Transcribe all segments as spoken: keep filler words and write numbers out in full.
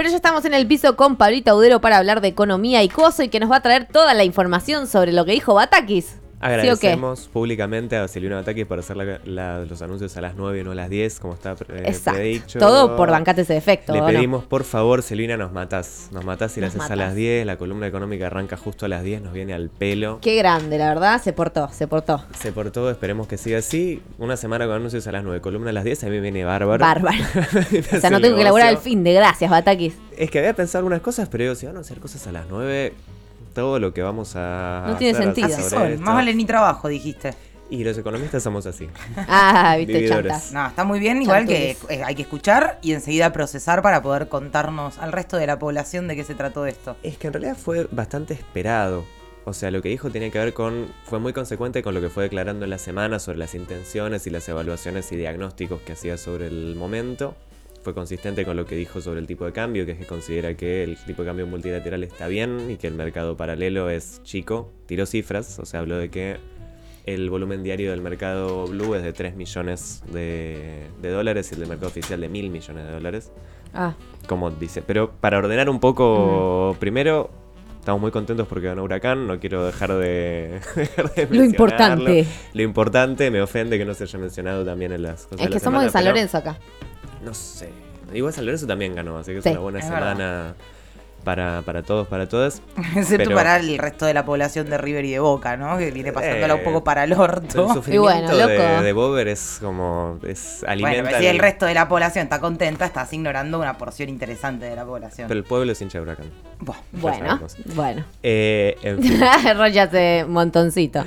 Pero ya estamos en el piso con Pablito Audero para hablar de economía y coso y que nos va a traer toda la información sobre lo que dijo Batakis. Agradecemos ¿Sí públicamente a Silvina Batakis por hacer la, la, los anuncios a las nueve y no a las diez, como está eh, Exacto. predicho. Todo por bancarte ese defecto. Le pedimos, no? por favor, Silvina, nos matás. Nos matás si nos la haces matás. a las diez. La columna económica arranca justo a las diez, nos viene al pelo. Qué grande, la verdad, se portó, se portó. Se portó, esperemos que siga así. Una semana con anuncios a las nueve, columna a las diez, a mí me viene bárbaro. Bárbaro. O sea, no tengo que elaborar al fin de gracias, Batakis. Es que había pensado algunas cosas, pero digo, si van a hacer cosas a las nueve... todo lo que vamos a no tiene hacer sentido. sobre Más vale ni trabajo, dijiste. Y los economistas somos así. Ah, viste, chantas. No, está muy bien, igual que eh, hay que escuchar y enseguida procesar para poder contarnos al resto de la población de qué se trató esto. Es que en realidad fue bastante esperado. O sea, lo que dijo tenía que ver con... fue muy consecuente con lo que fue declarando en la semana sobre las intenciones y las evaluaciones y diagnósticos que hacía sobre el momento. Fue consistente con lo que dijo sobre el tipo de cambio, que es que considera que el tipo de cambio multilateral está bien y que el mercado paralelo es chico. Tiró cifras, o sea, habló de que el volumen diario del mercado blue es de tres millones de, de dólares y el del mercado oficial de mil millones de dólares. Ah. Como dice. Pero para ordenar un poco, mm. primero, estamos muy contentos porque ganó Huracán. No quiero dejar de, dejar de Lo importante. Lo importante, me ofende que no se haya mencionado también en las cosas. Es de que la somos semana, de San pero... Lorenzo acá. No sé. Igual San Lorenzo también ganó, así que sí, es una buena es semana para, para todos, para todas. Excepto pero... para el resto de la población de River y de Boca, ¿no? Que viene pasándola eh, un poco para el orto. El sufrimiento y bueno, loco. De, de Bober es como... es alimenta. Bueno, si el resto de la población está contenta, estás ignorando una porción interesante de la población. Pero el pueblo es hincha de Huracán. Buah, bueno, bueno. Eh, en fin. Róllate montoncito.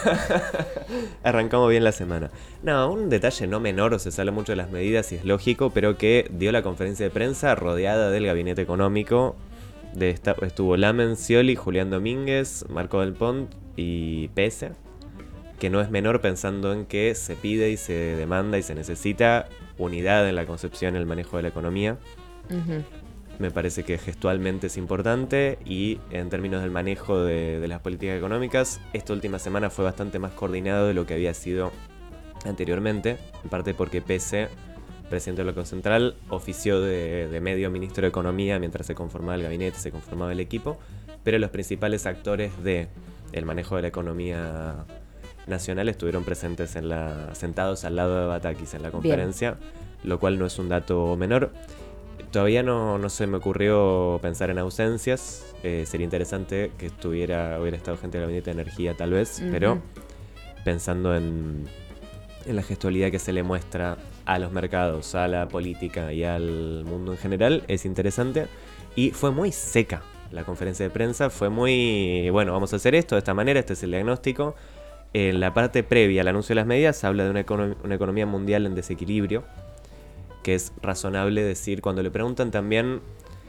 Arrancamos bien la semana. No, un detalle no menor, o sea, se habla mucho de las medidas y es lógico, pero que dio la conferencia de prensa rodeada del gabinete económico. De esta, estuvo Lamen, Scioli, Julián Domínguez, Marco Del Pont y Pese, que no es menor pensando en que se pide y se demanda y se necesita unidad en la concepción y el manejo de la economía. Uh-huh. Me parece que gestualmente es importante y en términos del manejo de, de las políticas económicas, esta última semana fue bastante más coordinado de lo que había sido anteriormente, en parte porque Pese, presidente del Banco Central, ofició de, de medio ministro de Economía mientras se conformaba el gabinete, se conformaba el equipo, pero los principales actores del manejo de la economía nacional estuvieron presentes en la, sentados al lado de Batakis en la conferencia, bien. Lo cual no es un dato menor. Todavía no, no se me ocurrió pensar en ausencias, eh, sería interesante que estuviera, hubiera estado gente del gabinete de energía tal vez, uh-huh. Pero pensando en, en la gestualidad que se le muestra a los mercados, a la política y al mundo en general, es interesante. Y fue muy seca la conferencia de prensa, fue muy, bueno, vamos a hacer esto de esta manera, este es el diagnóstico. En la parte previa al anuncio de las medidas se habla de una, econom- una economía mundial en desequilibrio, que es razonable decir, cuando le preguntan también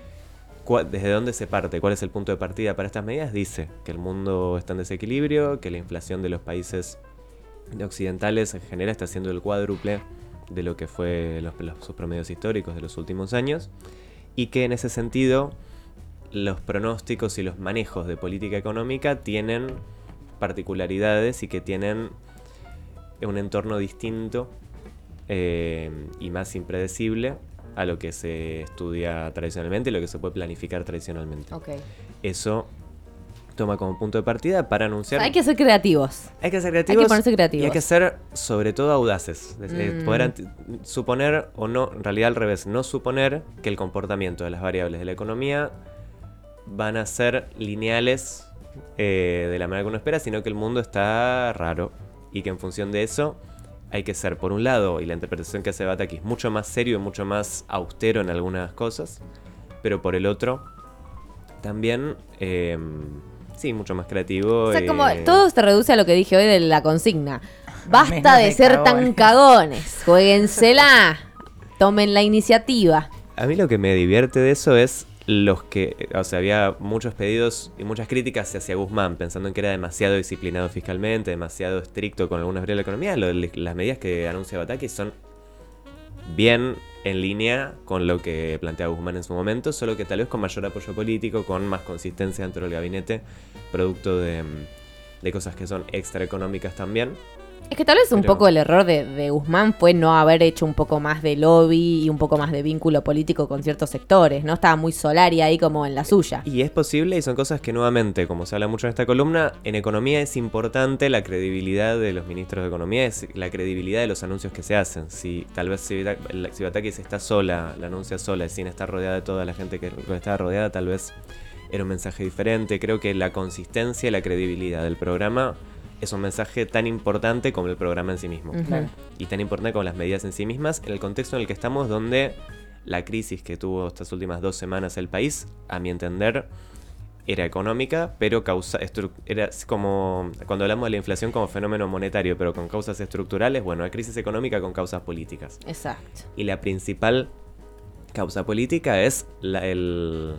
cuál, desde dónde se parte, cuál es el punto de partida para estas medidas, dice que el mundo está en desequilibrio, que la inflación de los países occidentales en general está siendo el cuádruple de lo que fue los, los, sus promedios históricos de los últimos años, y que en ese sentido los pronósticos y los manejos de política económica tienen particularidades y que tienen un entorno distinto eh, y más impredecible a lo que se estudia tradicionalmente y lo que se puede planificar tradicionalmente. Okay. Eso toma como punto de partida para anunciar... O sea, hay que ser creativos. Hay que ser creativos. Hay que ponerse creativos. Y hay que ser, sobre todo, audaces. Mm. Poder ant- suponer, o no, en realidad al revés, no suponer que el comportamiento de las variables de la economía van a ser lineales eh, de la manera que uno espera, sino que el mundo está raro y que en función de eso hay que ser, por un lado, y la interpretación que hace Batakis, mucho más serio y mucho más austero en algunas cosas, pero por el otro, también... Eh, sí, mucho más creativo. O sea, eh... como todo se reduce a lo que dije hoy de la consigna. Basta de, de ser cagones. tan cagones. Jueguensela. Tomen la iniciativa. A mí lo que me divierte de eso es los que... O sea, había muchos pedidos y muchas críticas hacia Guzmán, pensando en que era demasiado disciplinado fiscalmente, demasiado estricto con algunas áreas de la economía. Lo, las medidas que anuncia Batakis son bien en línea con lo que plantea Guzmán en su momento, solo que tal vez con mayor apoyo político, con más consistencia dentro del gabinete, producto de, de cosas que son extraeconómicas también, Es que tal vez un Pero- poco el error de, de Guzmán fue no haber hecho un poco más de lobby y un poco más de vínculo político con ciertos sectores, ¿no? Estaba muy Solari ahí como en la suya. Y es posible y son cosas que nuevamente, como se habla mucho en esta columna, en economía es importante la credibilidad de los ministros de economía, es la credibilidad de los anuncios que se hacen. Si tal vez si Batakis está sola, la anuncia sola y sin estar rodeada de toda la gente que estaba rodeada, tal vez era un mensaje diferente. Creo que la consistencia y la credibilidad del programa es un mensaje tan importante como el programa en sí mismo. Ujú. Claro. Y tan importante como las medidas en sí mismas, en el contexto en el que estamos, donde la crisis que tuvo estas últimas dos semanas el país, a mi entender, era económica, pero causa estru- era como cuando hablamos de la inflación como fenómeno monetario, pero con causas estructurales, bueno, hay crisis económica con causas políticas. Exacto. Y la principal causa política es la, el,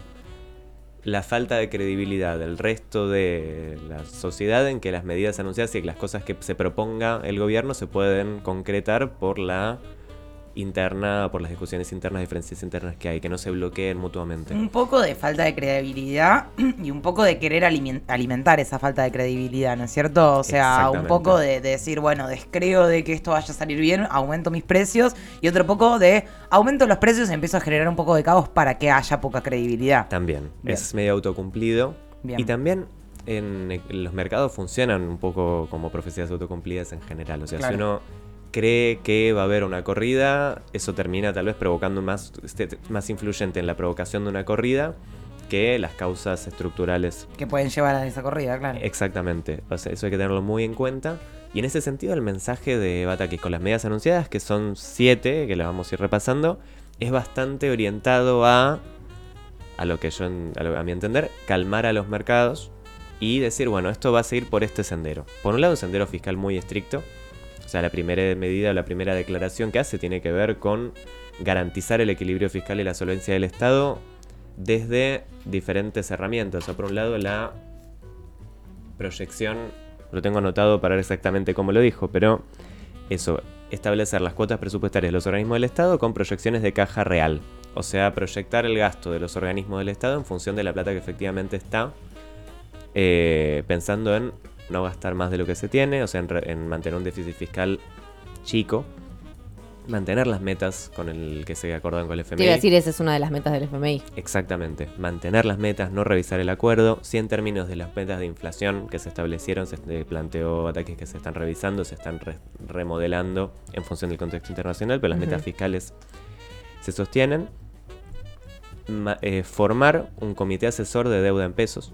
la falta de credibilidad del resto de la sociedad en que las medidas anunciadas y las cosas que se proponga el gobierno se pueden concretar por la interna, por las discusiones internas, diferencias internas que hay, que no se bloqueen mutuamente. Un poco de falta de credibilidad y un poco de querer aliment- alimentar esa falta de credibilidad, ¿no es cierto? O sea, un Exactamente. poco de, de decir, bueno, descreo de que esto vaya a salir bien, aumento mis precios, y otro poco de aumento los precios y empiezo a generar un poco de caos para que haya poca credibilidad. También, Bien. es medio autocumplido. Bien. Y también en, en los mercados funcionan un poco como profecías autocumplidas en general. O sea, Claro. si uno cree que va a haber una corrida, eso termina tal vez provocando más, este, más influyente en la provocación de una corrida que las causas estructurales. Que pueden llevar a esa corrida, claro. Exactamente, o sea, eso hay que tenerlo muy en cuenta. Y en ese sentido el mensaje de Batakis con las medidas anunciadas, que son siete, que las vamos a ir repasando, es bastante orientado a, a lo que yo, a, lo- a mi entender, calmar a los mercados y decir, bueno, esto va a seguir por este sendero. Por un lado, un sendero fiscal muy estricto. O sea, la primera medida o la primera declaración que hace tiene que ver con garantizar el equilibrio fiscal y la solvencia del Estado desde diferentes herramientas. O sea, por un lado, la proyección, lo tengo anotado para ver exactamente cómo lo dijo, pero eso, establecer las cuotas presupuestarias de los organismos del Estado con proyecciones de caja real. O sea, proyectar el gasto de los organismos del Estado en función de la plata que efectivamente está, eh, pensando en no gastar más de lo que se tiene, o sea, en, re- en mantener un déficit fiscal chico, mantener las metas con el que se acordaron con el F M Te I. iba a decir, esa es una de las metas del F M I. Exactamente, mantener las metas, no revisar el acuerdo. Si en términos de las metas de inflación que se establecieron, se eh, planteó ataques que se están revisando, se están re- remodelando en función del contexto internacional, pero las Ujú. metas fiscales se sostienen. Ma- eh, formar un comité asesor de deuda en pesos.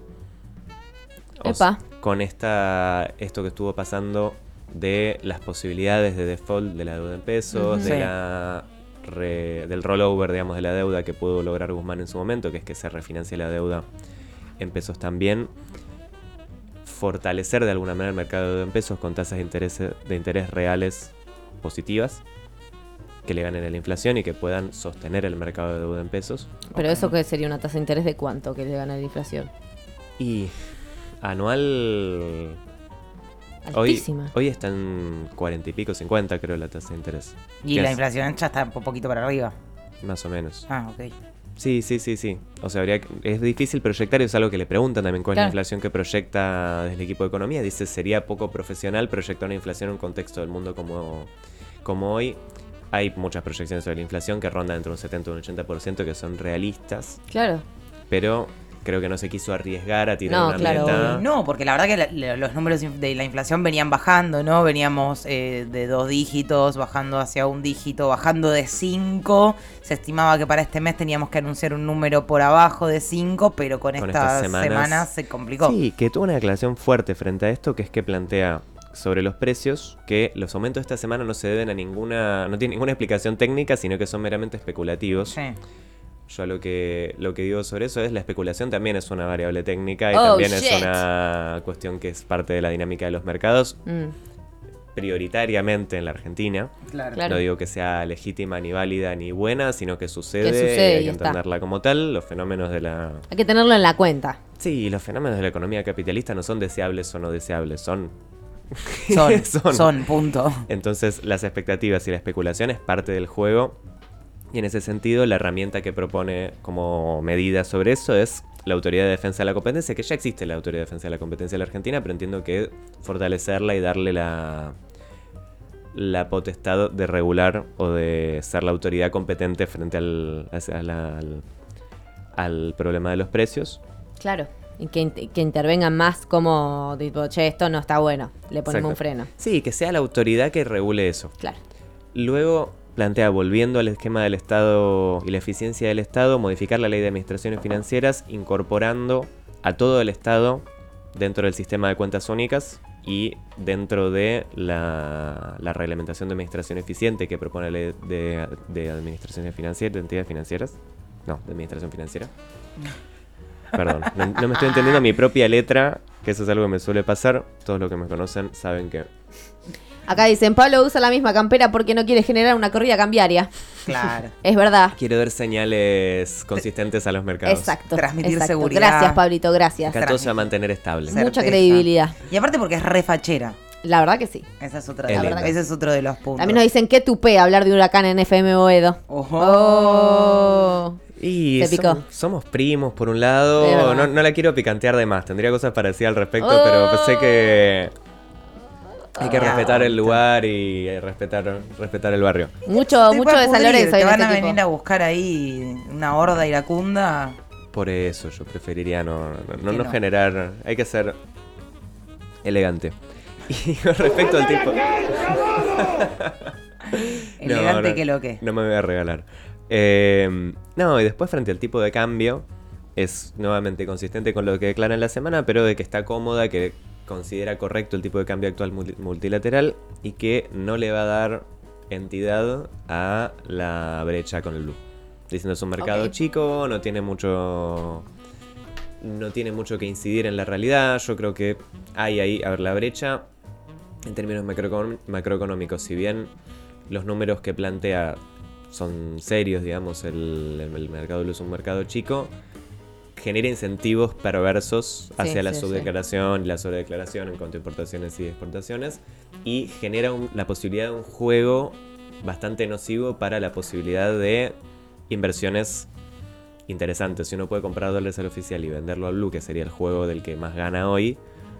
O Epa. s- con esta esto que estuvo pasando de las posibilidades de default de la deuda en pesos, Ujú. de Sí. la re- del rollover, digamos, de la deuda que pudo lograr Guzmán en su momento, que es que se refinancie la deuda en pesos también. Fortalecer de alguna manera el mercado de deuda en pesos con tasas de interés, de interés reales positivas que le ganen a la inflación y que puedan sostener el mercado de deuda en pesos. Pero Ok. eso que sería una tasa de interés de cuánto que le gana la inflación. Y anual hoy, Altísima. hoy está en cuarenta y pico, cincuenta creo la tasa de interés. Y Que la es inflación ya está un poquito para arriba. Más o menos. Ah, ok. Sí, sí, sí, sí. O sea, habría que- es difícil proyectar y es algo que le preguntan también cuál es Claro. la inflación que proyecta desde el equipo de economía. Dice, sería poco profesional proyectar una inflación en un contexto del mundo como, como hoy. Hay muchas proyecciones sobre la inflación que rondan entre un setenta y un ochenta por ciento que son realistas, Claro. pero creo que no se quiso arriesgar a tirar No, una claro, meta. obvio. No, porque la verdad que la- la- los números inf- de la inflación venían bajando, ¿no? Veníamos eh, de dos dígitos, bajando hacia un dígito, bajando de cinco. Se estimaba que para este mes teníamos que anunciar un número por abajo de cinco, pero con, Con estas estas semanas- semanas se complicó. Sí, que tuvo una declaración fuerte frente a esto, que es que plantea sobre los precios que los aumentos de esta semana no se deben a ninguna, no tienen ninguna explicación técnica, sino que son meramente especulativos. Sí. Yo lo que lo que digo sobre eso es la especulación también es una variable técnica y Oh, también shit. es una cuestión que es parte de la dinámica de los mercados, Mm, prioritariamente en la Argentina. Claro. Claro. No digo que sea legítima, ni válida, ni buena, sino que sucede, Que sucede y hay y que está. entenderla como tal. Los fenómenos de la Hay que tenerlo en la cuenta. Sí, los fenómenos de la economía capitalista no son deseables o no deseables, son... Son, Son. son, punto. Entonces las expectativas y la especulación es parte del juego y en ese sentido la herramienta que propone como medida sobre eso es la Autoridad de Defensa de la Competencia, que ya existe la Autoridad de Defensa de la Competencia en la Argentina, pero entiendo que fortalecerla y darle la la potestad de regular o de ser la autoridad competente frente al, a la, al, al problema de los precios. Claro. Y que, que intervengan más como, tipo, che, esto no está bueno, le ponemos Exacto. un freno. Sí, que sea la autoridad que regule eso. Claro. Luego plantea, volviendo al esquema del Estado y la eficiencia del Estado, modificar la ley de administraciones financieras, incorporando a todo el Estado dentro del sistema de cuentas únicas y dentro de la, la reglamentación de administración eficiente que propone la ley de, de administraciones financieras, de entidades financieras. No, de administración financiera. Perdón, no, no me estoy entendiendo mi propia letra, que eso es algo que me suele pasar. Todos los que me conocen saben que... Acá dicen, Pablo usa la misma campera porque no quiere generar una corrida cambiaria. Claro. Es verdad. Quiero dar señales consistentes a los mercados. Exacto. Transmitir exacto. seguridad. Gracias, Pablito, gracias. Acá todo se va a mantener estable. Certeza. Mucha credibilidad. Y aparte porque es refachera. La verdad que sí. Esa es otra Es de, lindo. ese es otro de los puntos. También nos dicen que tupé hablar de huracán en F M Boedo. Ojo. Oh. Y Se picó. som- somos primos, por un De lado. verdad. No, no la quiero picantear de más. Tendría cosas para decir al respecto, Oh. pero pensé que hay que Ah. respetar el lugar y eh, respetar, respetar el barrio. Mucho, Te mucho puede de San pudrir, Lorenzo Te en van este a tipo. venir a buscar ahí una horda iracunda. Por eso yo preferiría no, no, no, Que no no. generar... Hay que ser elegante. Y con respecto al tipo... Elegante no, que lo que. No me voy a regalar. Eh, no, y después frente al tipo de cambio, es nuevamente consistente con lo que declara en la semana, pero de que está cómoda, que considera correcto el tipo de cambio actual multi- multilateral y que no le va a dar entidad a la brecha con el blue. Diciendo es un mercado Ok. chico, no tiene mucho... No tiene mucho que incidir en la realidad. Yo creo que hay ahí, a ver, la brecha en términos macroecon- macroeconómicos, si bien los números que plantea son serios, digamos, el, el mercado de luz es un mercado chico, genera incentivos perversos hacia Sí, la sí, subdeclaración y la sobredeclaración en cuanto a importaciones y exportaciones, y genera un- la posibilidad de un juego bastante nocivo para la posibilidad de inversiones interesantes. Si uno puede comprar dólares al oficial y venderlo al blue, que sería el juego del que más gana hoy,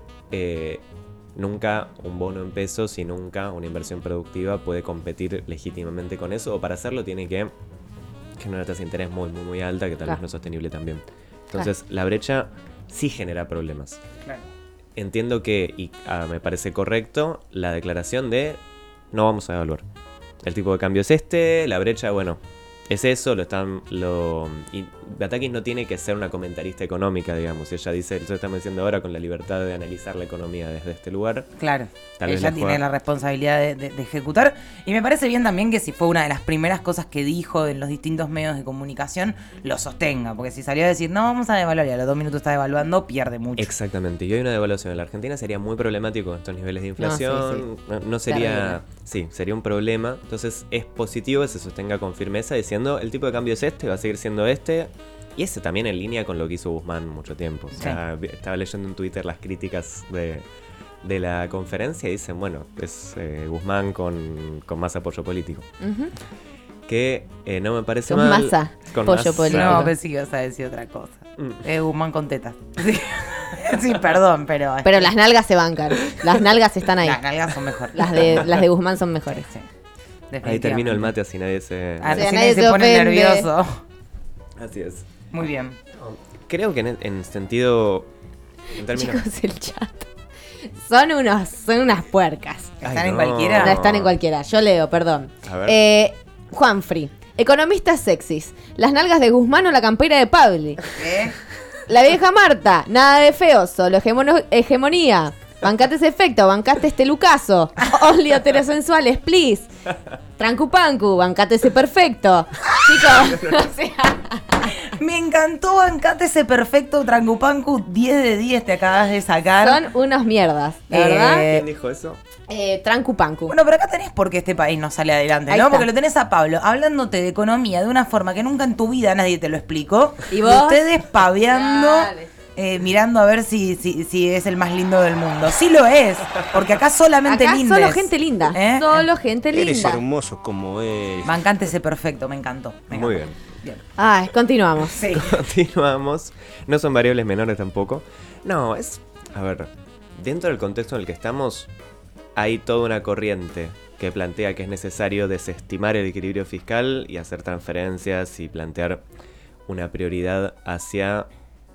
eh, nunca un bono en pesos y nunca una inversión productiva puede competir legítimamente con eso, o para hacerlo tiene que generar una tasa de interés muy, muy, muy alta, que tal Claro. vez no es sostenible también. Entonces, la brecha sí genera problemas. Claro. Entiendo que, y ah, me parece correcto, la declaración de no vamos a devaluar. El tipo de cambio es este, la brecha, bueno, es eso, lo están. Lo, y Batakis no tiene que ser una comentarista económica, digamos. Ella dice, lo estamos diciendo ahora con la libertad de analizar la economía desde este lugar. Claro. Tal vez Ella la tiene juega- la responsabilidad de, de- de ejecutar. Y me parece bien también que si fue una de las primeras cosas que dijo en los distintos medios de comunicación, lo sostenga. Porque si salió a decir, no, vamos a devaluar y a los dos minutos está devaluando, pierde mucho. Exactamente, y hoy una devaluación en la Argentina sería muy problemático con estos niveles de inflación. No, No, no sería. Terrible. Sí, sería un problema. Entonces es positivo que se sostenga con firmeza diciendo el tipo de cambio es este, va a seguir siendo este. Y ese también en línea con lo que hizo Guzmán mucho tiempo. O sea, vi- estaba leyendo en Twitter las críticas de, de la conferencia y dicen, bueno, es eh, Guzmán con, con más apoyo político. Ujú. Que eh, no me parece Con mal. masa, con pollo masa. político. No, pensé que ibas a decir otra cosa. Mm. Es Guzmán con tetas. Sí. Sí, perdón, pero. Pero las nalgas se bancan. Las nalgas están ahí. Las nalgas son mejores. Las de, las de Guzmán son mejores. Sí, Ahí termino el definitivamente. mate así nadie se... Ah, O sea, recién nadie se, se pone ofende. nervioso. Así es. Muy bien. Creo que en, en sentido... En términos... Chicos, el chat. Son unos, son unas puercas. ¿Están Ay, en no. cualquiera? No están en cualquiera. Yo leo, perdón. A ver. Eh, Juanfri. Economistas sexys. Las nalgas de Guzmán o la campera de Pabli. ¿Eh? La vieja Marta. Nada de feo, solo hegemono- hegemonía. Bancate ese efecto, bancaste este lucaso. Only heterosensuales, please. Trancupancu, bancate ese perfecto. Chicos, o sea, Me encantó, bancate ese perfecto Trangupancu. diez de diez te acabas de sacar. son unos mierdas, la Eh, verdad. ¿Quién dijo eso? Eh, Trancupancu. Bueno, pero acá tenés por qué este país no sale adelante, Ahí ¿no? está. Porque lo tenés a Pablo hablándote de economía de una forma que nunca en tu vida nadie te lo explicó. ¿Y vos? ustedes paveando, Dale. eh, mirando a ver si, si, si es el más lindo del mundo. Sí lo es, porque acá solamente Acá lindes. solo gente linda. ¿Eh? Solo gente Eres linda. hermoso como es. Bancante ese perfecto, me encantó. me Muy encantó. Bien. Ay, continuamos. Sí. Continuamos. No son variables menores tampoco. No, es... A ver, dentro del contexto en el que estamos, hay toda una corriente que plantea que es necesario desestimar el equilibrio fiscal y hacer transferencias y plantear una prioridad hacia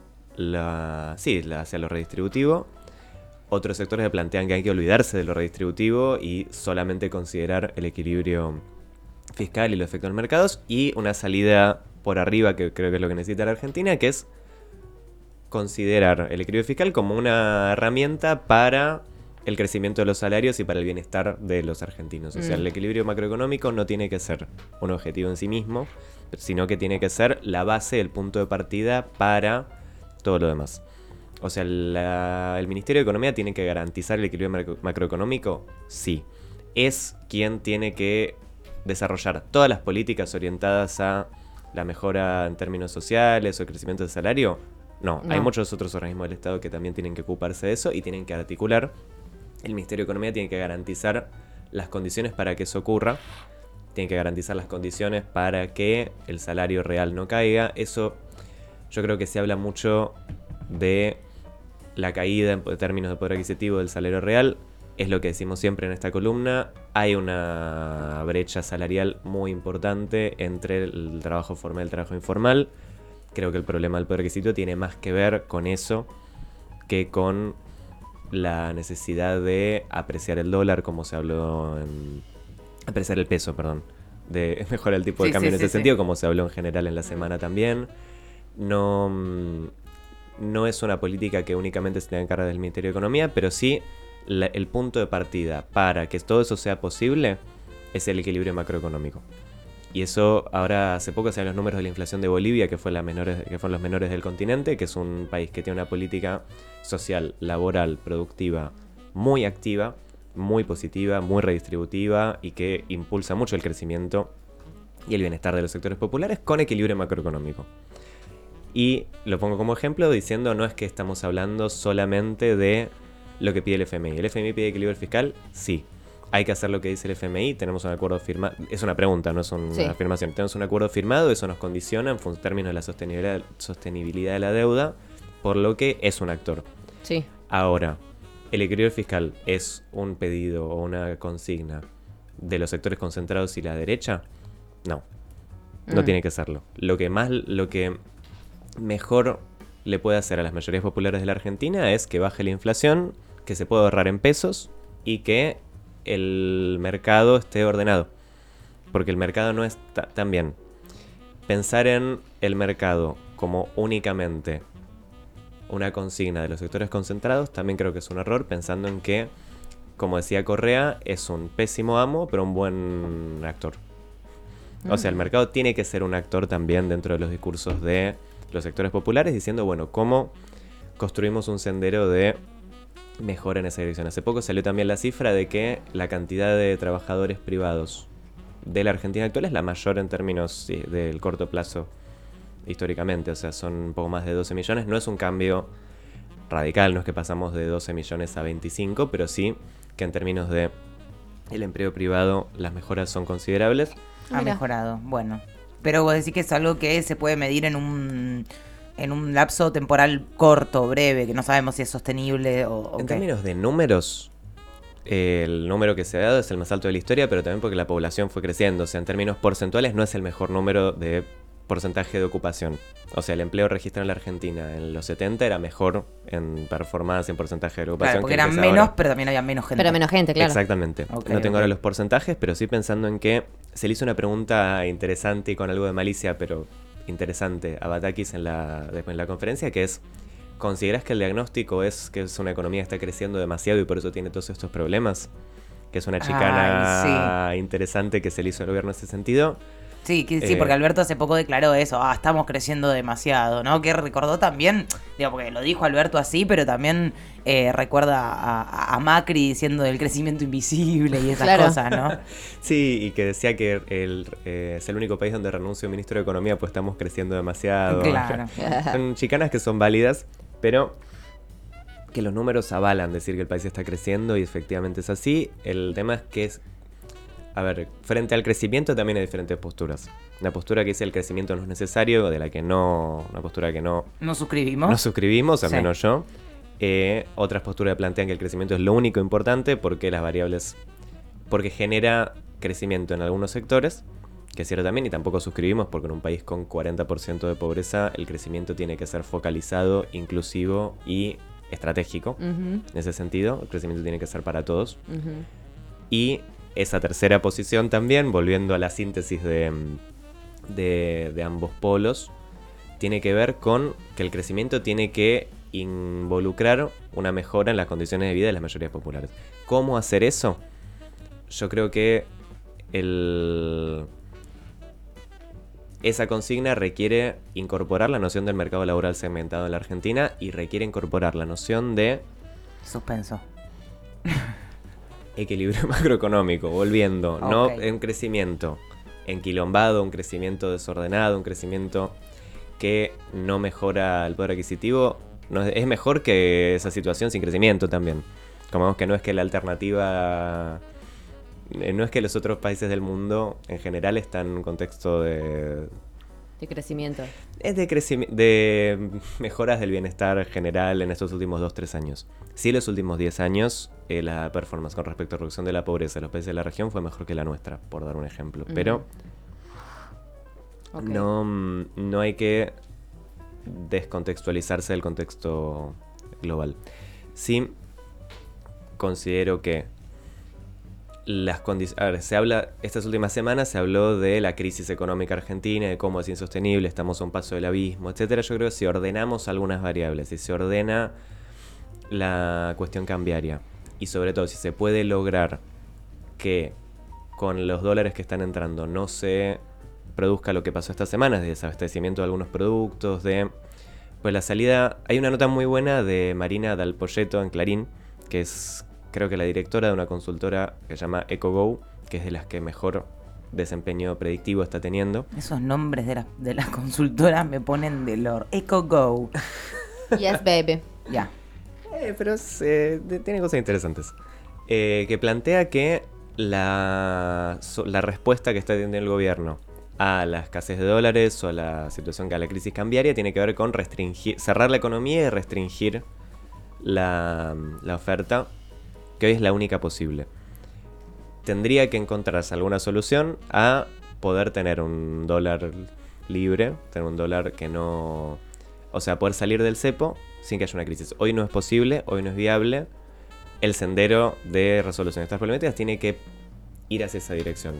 la, sí, la- hacia lo redistributivo. Otros sectores que plantean que hay que olvidarse de lo redistributivo y solamente considerar el equilibrio fiscal y los efectos de los mercados. Y una salida por arriba, que creo que es lo que necesita la Argentina, que es considerar el equilibrio fiscal como una herramienta para el crecimiento de los salarios y para el bienestar de los argentinos. O sea, Mm. el equilibrio macroeconómico no tiene que ser un objetivo en sí mismo, sino que tiene que ser la base, el punto de partida para todo lo demás. O sea, la- el Ministerio de Economía tiene que garantizar el equilibrio macro- macroeconómico, sí. Es quien tiene que desarrollar todas las políticas orientadas a la mejora en términos sociales o el crecimiento del salario. No, No. hay muchos otros organismos del Estado que también tienen que ocuparse de eso y tienen que articular. El Ministerio de Economía tiene que garantizar las condiciones para que eso ocurra. Tiene que garantizar las condiciones para que el salario real no caiga. Eso yo creo que se habla mucho de la caída en términos de poder adquisitivo del salario real. Es lo que decimos siempre en esta columna. Hay una brecha salarial muy importante entre el trabajo formal y el trabajo informal. Creo que el problema del poder adquisitivo tiene más que ver con eso que con la necesidad de apreciar el dólar, como se habló en... apreciar el peso, perdón. De mejorar el tipo de Sí, cambio sí, en sí, ese sí. sentido, como se habló en general en la semana también. No, mm, no es una política que únicamente se tenga en cargo del Ministerio de Economía, pero sí la- el punto de partida para que todo eso sea posible es el equilibrio macroeconómico. Y eso, ahora hace poco se dan los números de la inflación de Bolivia, que, fue la menores, que fueron los menores del continente, que es un país que tiene una política social, laboral, productiva, muy activa, muy positiva, muy redistributiva y que impulsa mucho el crecimiento y el bienestar de los sectores populares con equilibrio macroeconómico. Y lo pongo como ejemplo diciendo, no es que estamos hablando solamente de lo que pide el F M I. ¿El F M I pide equilibrio fiscal? Sí. Hay que hacer lo que dice el F M I, tenemos un acuerdo firmado. Es una pregunta, no es una Sí. afirmación. Tenemos un acuerdo firmado, eso nos condiciona en fun- términos de la sostenibilidad, sostenibilidad de la deuda, por lo que es un actor. Sí. Ahora, ¿el equilibrio fiscal es un pedido o una consigna de los sectores concentrados y la derecha? No, no Mm. tiene que serlo. Lo que más, lo que mejor le puede hacer a las mayorías populares de la Argentina es que baje la inflación, que se pueda ahorrar en pesos y que el mercado esté ordenado. Porque el mercado no está tan bien. Pensar en el mercado como únicamente una consigna de los sectores concentrados también creo que es un error, pensando en que, como decía Correa, es un pésimo amo, pero un buen actor. O sea, el mercado tiene que ser un actor también dentro de los discursos de los sectores populares, diciendo, bueno, ¿cómo construimos un sendero de mejora en esa dirección? Hace poco salió también la cifra de que la cantidad de trabajadores privados de la Argentina actual es la mayor en términos sí, del corto plazo históricamente. O sea, son un poco más de doce millones. No es un cambio radical, no es que pasamos de doce millones a veinticinco, pero sí que en términos de el empleo privado las mejoras son considerables. Ha Mira. mejorado, bueno. Pero vos decís que es algo que se puede medir en un en un lapso temporal corto, breve, que no sabemos si es sostenible o, o En qué. términos de números, eh, el número que se ha dado es el más alto de la historia, pero también porque la población fue creciendo. O sea, en términos porcentuales no es el mejor número de porcentaje de ocupación. O sea, el empleo registrado en la Argentina en los setenta era mejor en performance, en porcentaje de ocupación. Claro, porque que el eran que es menos, ahora. pero también había menos gente. Pero menos gente, claro. Exactamente. Ok, no tengo ok. ahora los porcentajes, pero sí pensando en que se le hizo una pregunta interesante y con algo de malicia, pero interesante a Batakis en la, después en la conferencia, que es, ¿consideras que el diagnóstico es que es una economía que está creciendo demasiado y por eso tiene todos estos problemas? Que es una chicana Ay, interesante que se le hizo al gobierno en ese sentido. Sí, que, sí, Eh, porque Alberto hace poco declaró eso, ah, estamos creciendo demasiado, ¿no? Que recordó también, digo, porque lo dijo Alberto así, pero también eh, recuerda a, a- a Macri diciendo del crecimiento invisible y esas Claro. cosas, ¿no? Sí, y que decía que el, eh, es el único país donde renuncia un ministro de Economía, pues estamos creciendo demasiado. Claro. Son chicanas que son válidas, pero que los números avalan decir que el país está creciendo y efectivamente es así. El tema es que es, a ver, frente al crecimiento también hay diferentes posturas. Una postura que dice el crecimiento no es necesario, de la que no, una postura que no, Nos suscribimos. no suscribimos, al Sí. menos yo. Eh, otras posturas plantean que el crecimiento es lo único importante porque las variables porque genera crecimiento en algunos sectores, que es cierto también, y tampoco suscribimos porque en un país con cuarenta por ciento de pobreza el crecimiento tiene que ser focalizado, inclusivo y estratégico. Ujú, En ese sentido, el crecimiento tiene que ser para todos. ujú. Y esa tercera posición también, volviendo a la síntesis de, de, de ambos polos, tiene que ver con que el crecimiento tiene que involucrar una mejora en las condiciones de vida de las mayorías populares. ¿Cómo hacer eso? Yo creo que el... esa consigna requiere incorporar la noción del mercado laboral segmentado en la Argentina y requiere incorporar la noción de Suspenso. equilibrio macroeconómico, volviendo, no Ok. un crecimiento enquilombado, un crecimiento desordenado, un crecimiento que no mejora el poder adquisitivo. No, es mejor que esa situación sin crecimiento también. Como vemos que no es que la alternativa... eh, No es que los otros países del mundo en general están en un contexto de... De crecimiento. Es de, crecimi- de mejoras del bienestar general en estos últimos dos tres años. Sí, en los últimos diez años, eh, la performance con respecto a reducción de la pobreza en los países de la región fue mejor que la nuestra, por dar un ejemplo. Ujú. Pero Ok. no, mm, no hay que descontextualizarse del contexto global. Sí, considero que las condiciones... A ver, se habla, estas últimas semanas se habló de la crisis económica argentina, de cómo es insostenible, estamos a un paso del abismo, etcétera. Yo creo que si ordenamos algunas variables, si se ordena la cuestión cambiaria y sobre todo si se puede lograr que con los dólares que están entrando no se produzca lo que pasó estas semanas de desabastecimiento de algunos productos, de... Pues la salida... Hay una nota muy buena de Marina Dal Poyetto en Clarín, que es creo que la directora de una consultora que se llama EcoGo, que es de las que mejor desempeño predictivo está teniendo. Esos nombres de, la- de las consultoras me ponen de lore. EcoGo. Yes, baby. Ya. Eh, pero es, eh, de- tiene cosas interesantes. Eh, que plantea que la, so- la respuesta que está teniendo el gobierno a la escasez de dólares o a la situación que a la crisis cambiaria tiene que ver con restringir, cerrar la economía y restringir la, la oferta, que hoy es la única posible. Tendría que encontrarse alguna solución a poder tener un dólar libre, tener un dólar que no... O sea, poder salir del cepo sin que haya una crisis. Hoy no es posible, hoy no es viable. El sendero de resolución de estas problemáticas tiene que ir hacia esa dirección.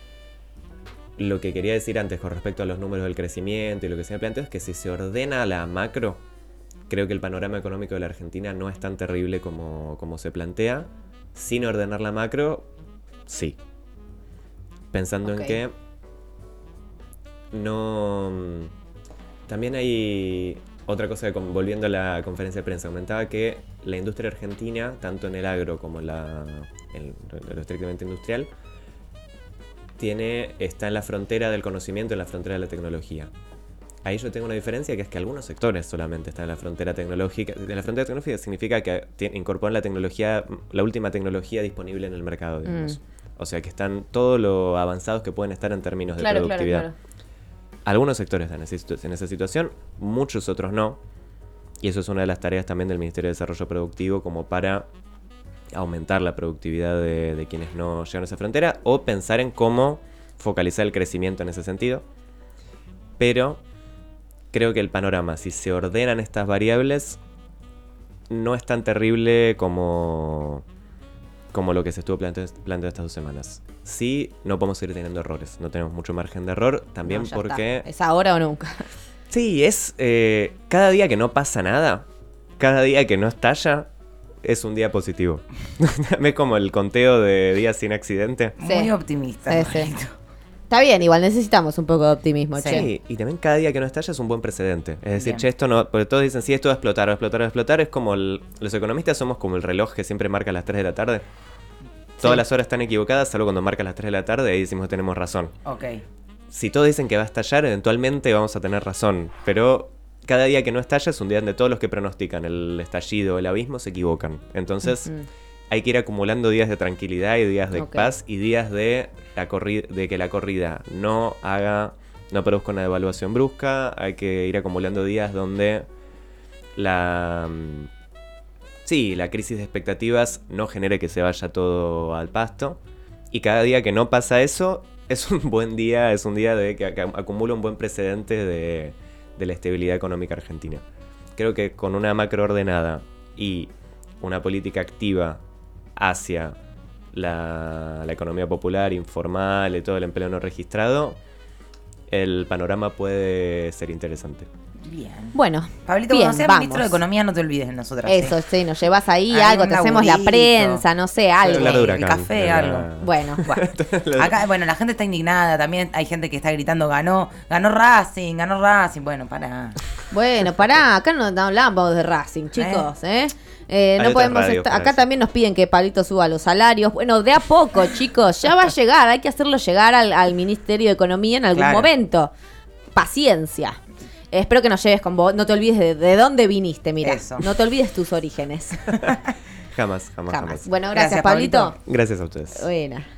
Lo que quería decir antes con respecto a los números del crecimiento y lo que se me planteó es que si se ordena la macro, creo que el panorama económico de la Argentina no es tan terrible como, como se plantea. Sin ordenar la macro, sí. Pensando Ok. en que no... También hay otra cosa, que con- volviendo a la conferencia de prensa, comentaba que la industria argentina, tanto en el agro como en, la, en lo estrictamente industrial, tiene, está en la frontera del conocimiento, en la frontera de la tecnología. Ahí yo tengo una diferencia, que es que algunos sectores solamente están en la frontera tecnológica. De la frontera tecnológica significa que ti- incorporan la tecnología, la última tecnología disponible en el mercado, digamos. O sea, que están todo lo avanzados que pueden estar en términos de Claro, claro, productividad. claro. Algunos sectores están en esa situ- en esa situación, muchos otros no. Y eso es una de las tareas también del Ministerio de Desarrollo Productivo, como para aumentar la productividad de, de quienes no llegan a esa frontera, o pensar en cómo focalizar el crecimiento en ese sentido. Pero creo que el panorama, si se ordenan estas variables, no es tan terrible como, como lo que se estuvo planteando, planteando estas dos semanas. Sí, no podemos seguir teniendo errores, no tenemos mucho margen de error, también No, ya porque... está. Es ahora o nunca. Sí, es eh, cada día que no pasa nada, cada día que no estalla, es un día positivo. ¿Ves como el conteo de días sin accidente? Sí. Muy optimista. Sí, sí. Marito. Está bien, igual necesitamos un poco de optimismo, Sí. che. Sí, y también cada día que no estalla es un buen precedente. Es decir, Bien. che, esto no... Porque todos dicen, sí, esto va a explotar, va a explotar, va a explotar. Es como el- los economistas somos como el reloj que siempre marca las tres de la tarde. Todas Sí. las horas están equivocadas, salvo cuando marca las tres de la tarde, ahí decimos que tenemos razón. Ok. Si todos dicen que va a estallar, eventualmente vamos a tener razón. Pero cada día que no estalla es un día donde todos los que pronostican el estallido o el abismo se equivocan. Entonces... Ujú. hay que ir acumulando días de tranquilidad y días de Ok. paz y días de, la corri- de que la corrida no haga, no produzca una devaluación brusca. Hay que ir acumulando días donde la, mm, sí, la crisis de expectativas no genere que se vaya todo al pasto. Y cada día que no pasa eso, es un buen día, es un día de que, que acumula un buen precedente de, de la estabilidad económica argentina. Creo que con una macro ordenada y una política activa hacia la, la economía popular, informal y todo el empleo no registrado, el panorama puede ser interesante. Bien. Bueno, Pablito, bien, cuando seas vamos. ministro de Economía, no te olvides de nosotras. Eso, ¿eh? sí, nos llevas ahí Hay algo, un te hacemos la laburito. prensa, no sé, algo. hablar de El Huracán, café, de la- algo. Bueno, Bueno, acá, bueno, la gente está indignada, también hay gente que está gritando, ganó, ganó Racing, ganó Racing, bueno, para. bueno, pará, acá no, no hablamos de Racing, chicos, ¿eh? Eh, Hay no otras podemos radios estar, para acá eso. también nos piden que Pablito suba los salarios. Bueno, de a poco, chicos, ya va a llegar, hay que hacerlo llegar al, al Ministerio de Economía en algún Claro. momento. Paciencia. Eh, espero que nos lleves con vos, no te olvides de, de dónde viniste, mira. Eso. No te olvides tus orígenes. Jamás, jamás, jamás. Jamás. Bueno, gracias, Gracias, Pablito. Pablito. Gracias a ustedes. Buena.